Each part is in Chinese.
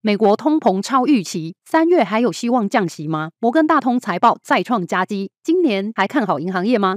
美国通膨超预期，3月还有希望降息吗？摩根大通财报再创佳绩，今年还看好银行业吗？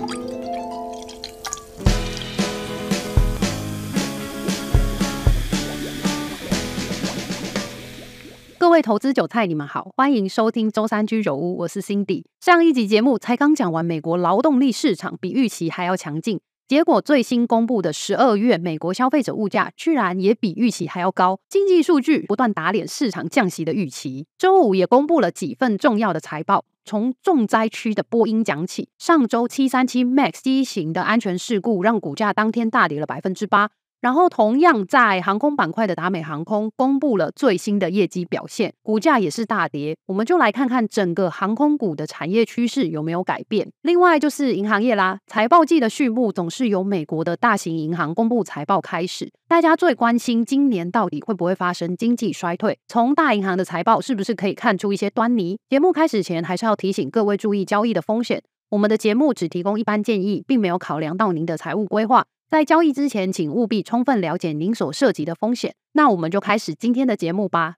各位投资韭菜，你们好，欢迎收听周三居酒屋，我是 Cindy。上一集节目才刚讲完美国劳动力市场比预期还要强劲，结果最新公布的12月美国消费者物价居然也比预期还要高，经济数据不断打脸市场降息的预期。周五也公布了几份重要的财报，从重灾区的波音讲起，上周737 MAX 机型的安全事故让股价当天大跌了 8%。然后同样在航空板块的达美航空公布了最新的业绩表现，股价也是大跌。我们就来看看整个航空股的产业趋势有没有改变。另外就是银行业啦，财报季的序幕总是由美国的大型银行公布财报开始，大家最关心今年到底会不会发生经济衰退，从大银行的财报是不是可以看出一些端倪。节目开始前还是要提醒各位注意交易的风险，我们的节目只提供一般建议，并没有考量到您的财务规划，在交易之前请务必充分了解您所涉及的风险。那我们就开始今天的节目吧。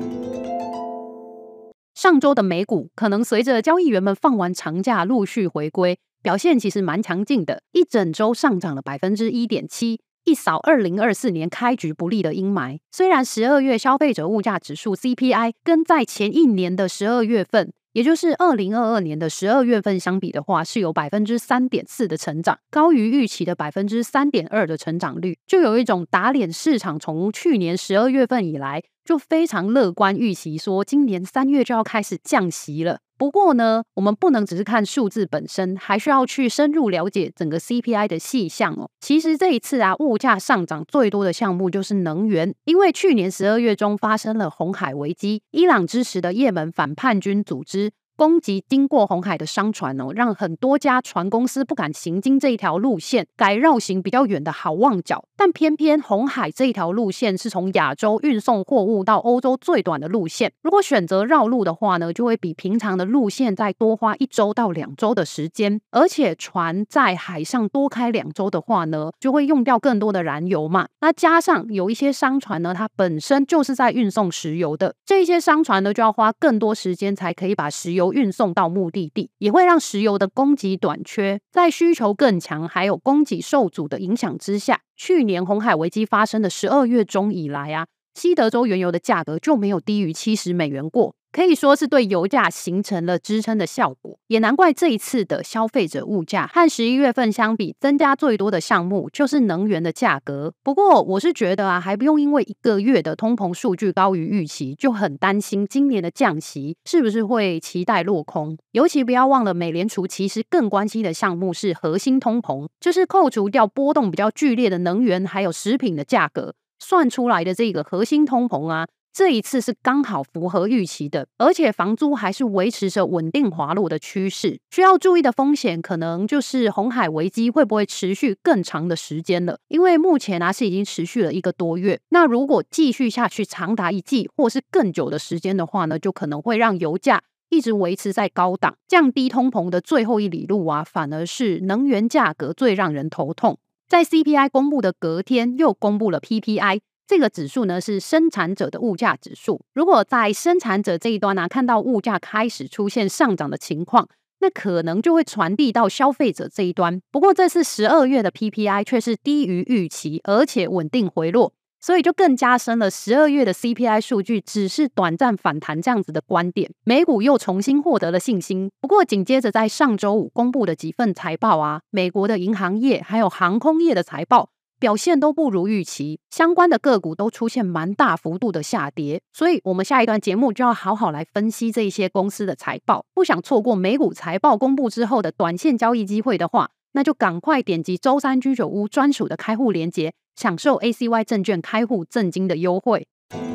上周的美股可能随着交易员们放完长假陆续回归，表现其实蛮强劲的，一整周上涨了 1.7%， 一扫2024年开局不利的阴霾。虽然12月消费者物价指数 CPI 跟在前一年的12月份，也就是2022年的12月份相比的话，是有 3.4% 的成长，高于预期的 3.2% 的成长率，就有一种打脸市场从去年12月份以来就非常乐观预期说今年3月就要开始降息了。不过呢，我们不能只是看数字本身，还需要去深入了解整个 CPI 的细项哦。其实这一次物价上涨最多的项目就是能源，因为去年12月中发生了红海危机，伊朗支持的也门反叛军组织攻击经过红海的商船让很多家船公司不敢行经这一条路线，改绕行比较远的好望角。但偏偏红海这一条路线是从亚洲运送货物到欧洲最短的路线，如果选择绕路的话呢，就会比平常的路线再多花1周到2周的时间，而且船在海上多开2周的话呢，就会用掉更多的燃油嘛。那加上有一些商船呢，它本身就是在运送石油的，这些商船呢就要花更多时间才可以把石油运送到目的地，也会让石油的供给短缺。在需求更强还有供给受阻的影响之下，去年红海危机发生的12月中以来西德州原油的价格就没有低于$70过，可以说是对油价形成了支撑的效果。也难怪这一次的消费者物价和11月份相比，增加最多的项目就是能源的价格。不过我是觉得还不用因为1个月的通膨数据高于预期，就很担心今年的降息是不是会期待落空。尤其不要忘了，美联储其实更关心的项目是核心通膨，就是扣除掉波动比较剧烈的能源还有食品的价格，算出来的这个核心通膨这一次是刚好符合预期的，而且房租还是维持着稳定滑落的趋势。需要注意的风险可能就是红海危机会不会持续更长的时间了，因为目前是已经持续了1个多月，那如果继续下去长达1季或是更久的时间的话呢，就可能会让油价一直维持在高档，降低通膨的最后一里路反而是能源价格最让人头痛。在 CPI 公布的隔天又公布了 PPI，这个指数呢是生产者的物价指数。如果在生产者这一端看到物价开始出现上涨的情况，那可能就会传递到消费者这一端。不过这次12月的 PPI 却是低于预期，而且稳定回落，所以就更加深了12月的 CPI 数据只是短暂反弹这样子的观点。美股又重新获得了信心。不过紧接着在上周五公布的几份财报美国的银行业还有航空业的财报表现都不如预期，相关的个股都出现蛮大幅度的下跌，所以我们下一段节目就要好好来分析这些公司的财报。不想错过美股财报公布之后的短线交易机会的话，那就赶快点击周三居酒屋专属的开户连结，享受 ACY 证券开户赠金的优惠。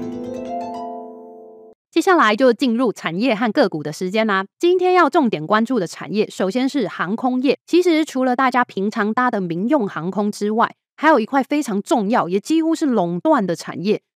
接下来就进入产业和个股的时间啦。今天要重点关注的产业，首先是航空业。其实除了大家平常搭的民用航空之外，还有一块非常重要也几乎是垄断的产业，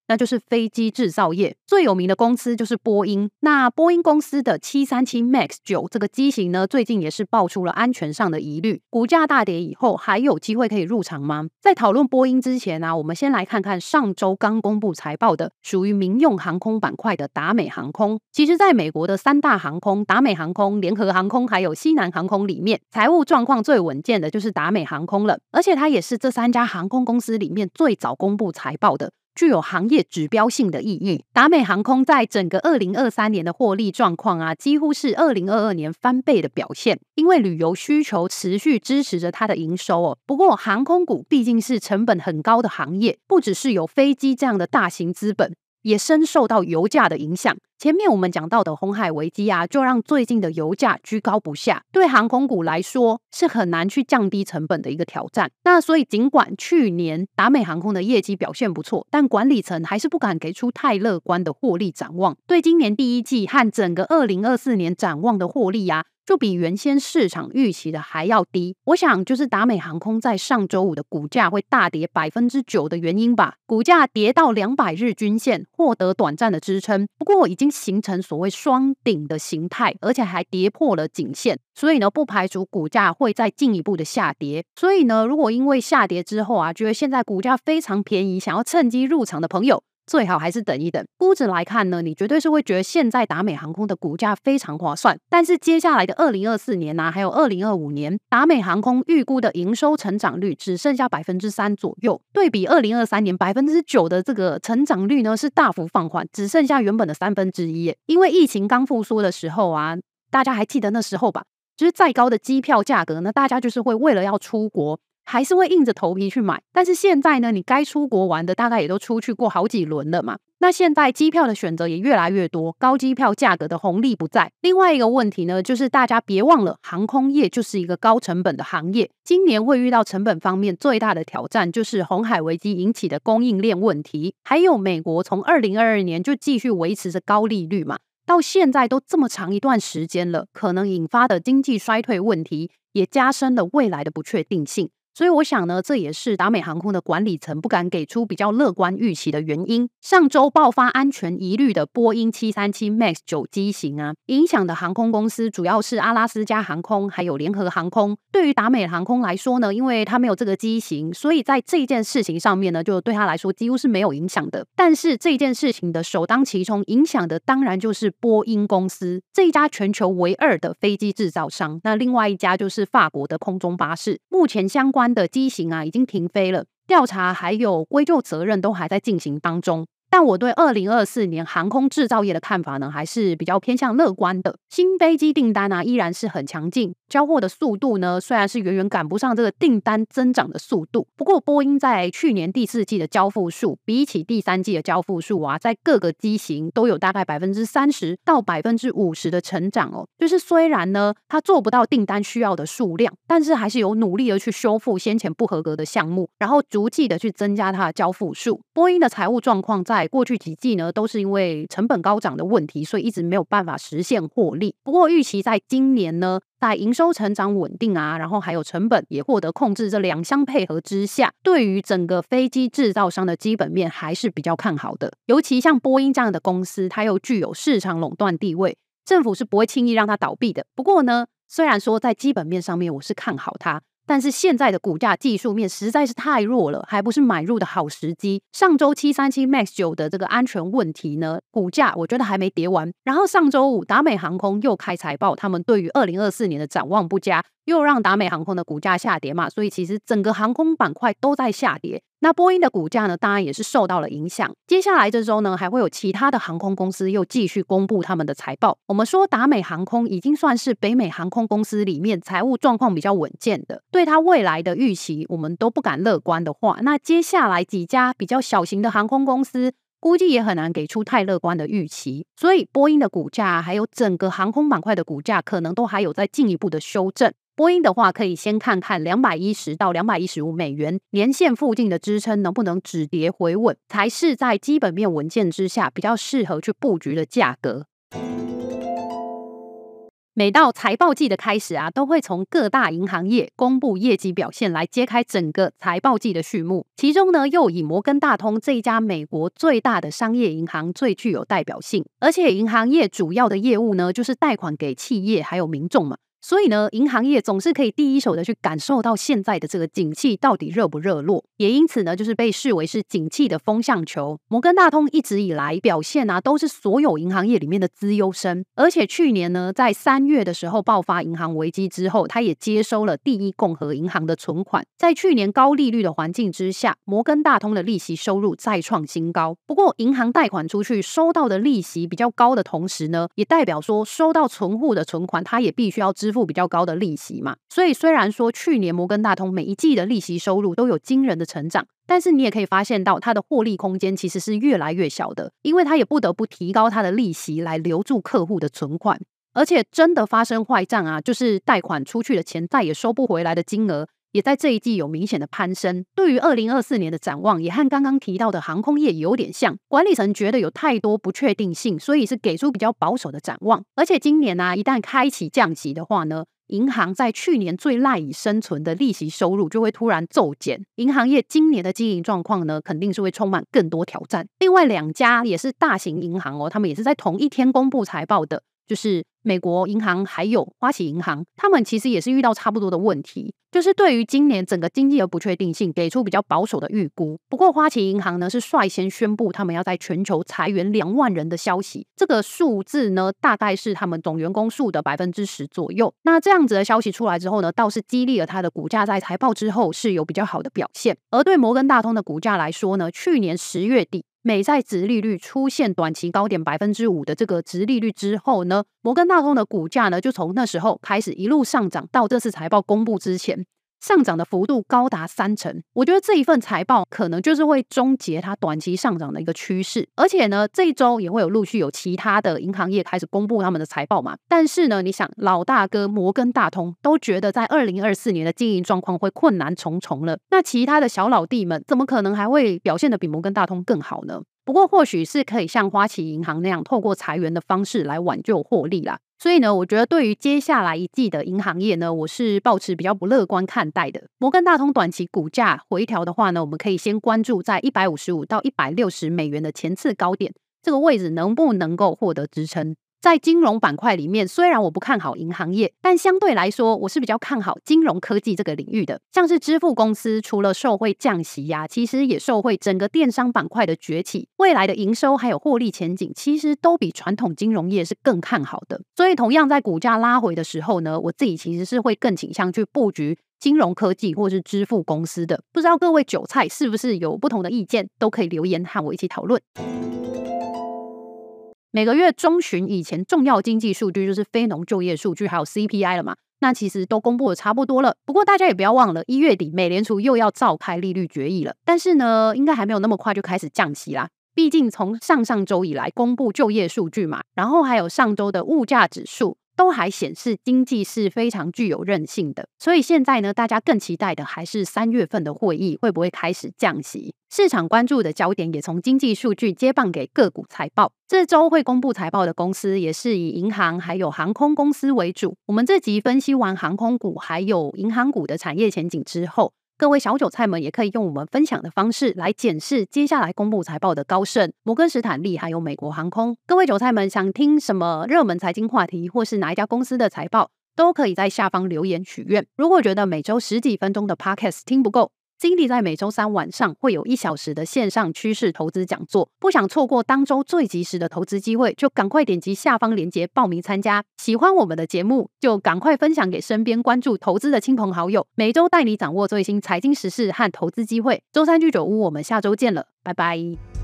那就是飞机制造业。最有名的公司就是波音。那波音公司的737 MAX 9这个机型呢，最近也是爆出了安全上的疑虑，股价大跌以后还有机会可以入场吗？在讨论波音之前我们先来看看上周刚公布财报的属于民用航空板块的达美航空。其实在美国的3大航空达美航空、联合航空还有西南航空里面，财务状况最稳健的就是达美航空了，而且它也是这3家航空公司里面最早公布财报的，具有行业指标性的意义。达美航空在整个2023年的获利状况几乎是2022年翻倍的表现，因为旅游需求持续支持着它的营收不过航空股毕竟是成本很高的行业，不只是有飞机这样的大型资本，也深受到油价的影响。前面我们讲到的红海危机就让最近的油价居高不下，对航空股来说是很难去降低成本的一个挑战。那所以尽管去年达美航空的业绩表现不错，但管理层还是不敢给出太乐观的获利展望，对今年第一季和整个2024年展望的获利就比原先市场预期的还要低。我想就是达美航空在上周五的股价会大跌 9% 的原因吧。股价跌到200日均线，获得短暂的支撑，不过已经形成所谓双顶的形态，而且还跌破了颈线，所以呢不排除股价会再进一步的下跌。所以呢如果因为下跌之后觉得现在股价非常便宜，想要趁机入场的朋友，最好还是等一等。估值来看呢，你绝对是会觉得现在达美航空的股价非常划算，但是接下来的2024年还有2025年，达美航空预估的营收成长率只剩下 3% 左右，对比2023年 9% 的这个成长率呢是大幅放缓，只剩下原本的1/3。因为疫情刚复苏的时候大家还记得那时候吧，就是再高的机票价格呢，大家就是会为了要出国还是会硬着头皮去买。但是现在呢，你该出国玩的大概也都出去过好几轮了嘛，那现在机票的选择也越来越多，高机票价格的红利不在。另外一个问题呢，就是大家别忘了，航空业就是一个高成本的行业，今年会遇到成本方面最大的挑战，就是红海危机引起的供应链问题，还有美国从2022年就继续维持着高利率嘛，到现在都这么长一段时间了，可能引发的经济衰退问题也加深了未来的不确定性。所以我想呢，这也是达美航空的管理层不敢给出比较乐观预期的原因。上周爆发安全疑虑的波音737 MAX 9机型影响的航空公司主要是阿拉斯加航空还有联合航空。对于达美航空来说呢，因为它没有这个机型，所以在这件事情上面呢，就对它来说几乎是没有影响的。但是这件事情的首当其冲影响的当然就是波音公司，这一家全球唯2的飞机制造商。那另外一家就是法国的空中巴士，目前相关的机型已经停飞了，调查还有归咎责任都还在进行当中。但我对2024年航空制造业的看法呢，还是比较偏向乐观的。新飞机订单依然是很强劲，交货的速度呢，虽然是远远赶不上这个订单增长的速度，不过波音在去年第4季的交付数，比起第3季的交付数在各个机型都有大概 30% 到 50% 的成长就是虽然呢，它做不到订单需要的数量，但是还是有努力的去修复先前不合格的项目，然后逐季的去增加它的交付数。波音的财务状况在过去几季呢，都是因为成本高涨的问题，所以一直没有办法实现获利。不过预期在今年呢，在营收成长稳定然后还有成本也获得控制，这两相配合之下，对于整个飞机制造商的基本面还是比较看好的。尤其像波音这样的公司，它又具有市场垄断地位，政府是不会轻易让它倒闭的。不过呢，虽然说在基本面上面我是看好它，但是现在的股价技术面实在是太弱了，还不是买入的好时机。上周737 MAX 9的这个安全问题呢，股价我觉得还没跌完。然后上周五达美航空又开财报，他们对于2024年的展望不佳，又让达美航空的股价下跌嘛，所以其实整个航空板块都在下跌。那波音的股价呢，当然也是受到了影响。接下来这周呢，还会有其他的航空公司又继续公布他们的财报。我们说达美航空已经算是北美航空公司里面财务状况比较稳健的，对它未来的预期我们都不敢乐观的话，那接下来几家比较小型的航空公司估计也很难给出太乐观的预期。所以波音的股价还有整个航空板块的股价可能都还有在进一步的修正。波音的话，可以先看看210到215美元年线附近的支撑能不能止跌回稳，才是在基本面稳健之下比较适合去布局的价格。 每到财报季的开始啊，都会从各大银行业公布业绩表现来揭开整个财报季的序幕。其中呢，又以摩根大通这一家美国最大的商业银行最具有代表性，而且银行业主要的业务呢，就是贷款给企业还有民众嘛。所以呢，银行业总是可以第一手的去感受到现在的这个景气到底热不热络，也因此呢，就是被视为是景气的风向球。摩根大通一直以来表现啊，都是所有银行业里面的资优生，而且去年呢，在3月的时候爆发银行危机之后，他也接收了第一共和银行的存款。在去年高利率的环境之下，摩根大通的利息收入再创新高。不过，银行贷款出去收到的利息比较高的同时呢，也代表说收到存户的存款，他也必须要支付比较高的利息嘛。所以虽然说去年摩根大通每一季的利息收入都有惊人的成长，但是你也可以发现到它的获利空间其实是越来越小的，因为它也不得不提高它的利息来留住客户的存款。而且真的发生坏账啊，就是贷款出去的钱再也收不回来的金额，也在这一季有明显的攀升。对于2024年的展望，也和刚刚提到的航空业有点像，管理层觉得有太多不确定性，所以是给出比较保守的展望。而且今年啊，一旦开启降息的话呢，银行在去年最赖以生存的利息收入就会突然骤减，银行业今年的经营状况呢，肯定是会充满更多挑战。另外2家也是大型银行哦，他们也是在同一天公布财报的，就是美国银行还有花旗银行，他们其实也是遇到差不多的问题，就是对于今年整个经济的不确定性给出比较保守的预估。不过花旗银行呢是率先宣布他们要在全球裁员2万人的消息，这个数字呢大概是他们总员工数的 10% 左右。那这样子的消息出来之后呢，倒是激励了它的股价在财报之后是有比较好的表现。而对摩根大通的股价来说呢，去年10月底美债殖利率出现短期高点 5% 的这个殖利率之后呢，摩根大通的股价呢就从那时候开始一路上涨，到这次财报公布之前上涨的幅度高达30%。我觉得这一份财报可能就是会终结它短期上涨的一个趋势。而且呢，这一周也会陆续有其他的银行业开始公布他们的财报嘛。但是呢，你想老大哥摩根大通都觉得在2024年的经营状况会困难重重了，那其他的小老弟们怎么可能还会表现得比摩根大通更好呢？不过或许是可以像花旗银行那样透过裁员的方式来挽救获利啦。所以呢，我觉得对于接下来一季的银行业呢，我是抱持比较不乐观看待的。摩根大通短期股价回调的话呢，我们可以先关注在155到160美元的前次高点，这个位置能不能够获得支撑。在金融板块里面，虽然我不看好银行业，但相对来说我是比较看好金融科技这个领域的。像是支付公司除了受惠降息啊，其实也受惠整个电商板块的崛起，未来的营收还有获利前景其实都比传统金融业是更看好的。所以同样在股价拉回的时候呢，我自己其实是会更倾向去布局金融科技或是支付公司的。不知道各位韭菜是不是有不同的意见，都可以留言和我一起讨论。每个月中旬以前重要经济数据就是非农就业数据还有 CPI 了嘛，那其实都公布的差不多了。不过大家也不要忘了1月底美联储又要召开利率决议了，但是呢应该还没有那么快就开始降息啦。毕竟从上周以来公布就业数据嘛，然后还有上周的物价指数都还显示经济是非常具有韧性的。所以现在呢，大家更期待的还是3月份的会议会不会开始降息。市场关注的焦点也从经济数据接棒给个股财报。这周会公布财报的公司也是以银行还有航空公司为主。我们这集分析完航空股还有银行股的产业前景之后，各位小韭菜们也可以用我们分享的方式来检视接下来公布财报的高盛、摩根士坦利还有美国航空。各位韭菜们想听什么热门财经话题，或是哪一家公司的财报，都可以在下方留言许愿。如果觉得每周10几分钟的 podcast 听不够，Cindy 在每周3晚上会有1小时的线上趋势投资讲座，不想错过当周最及时的投资机会，就赶快点击下方链接报名参加。喜欢我们的节目，就赶快分享给身边关注投资的亲朋好友，每周带你掌握最新财经时事和投资机会。周三居酒屋，我们下周见了，拜拜。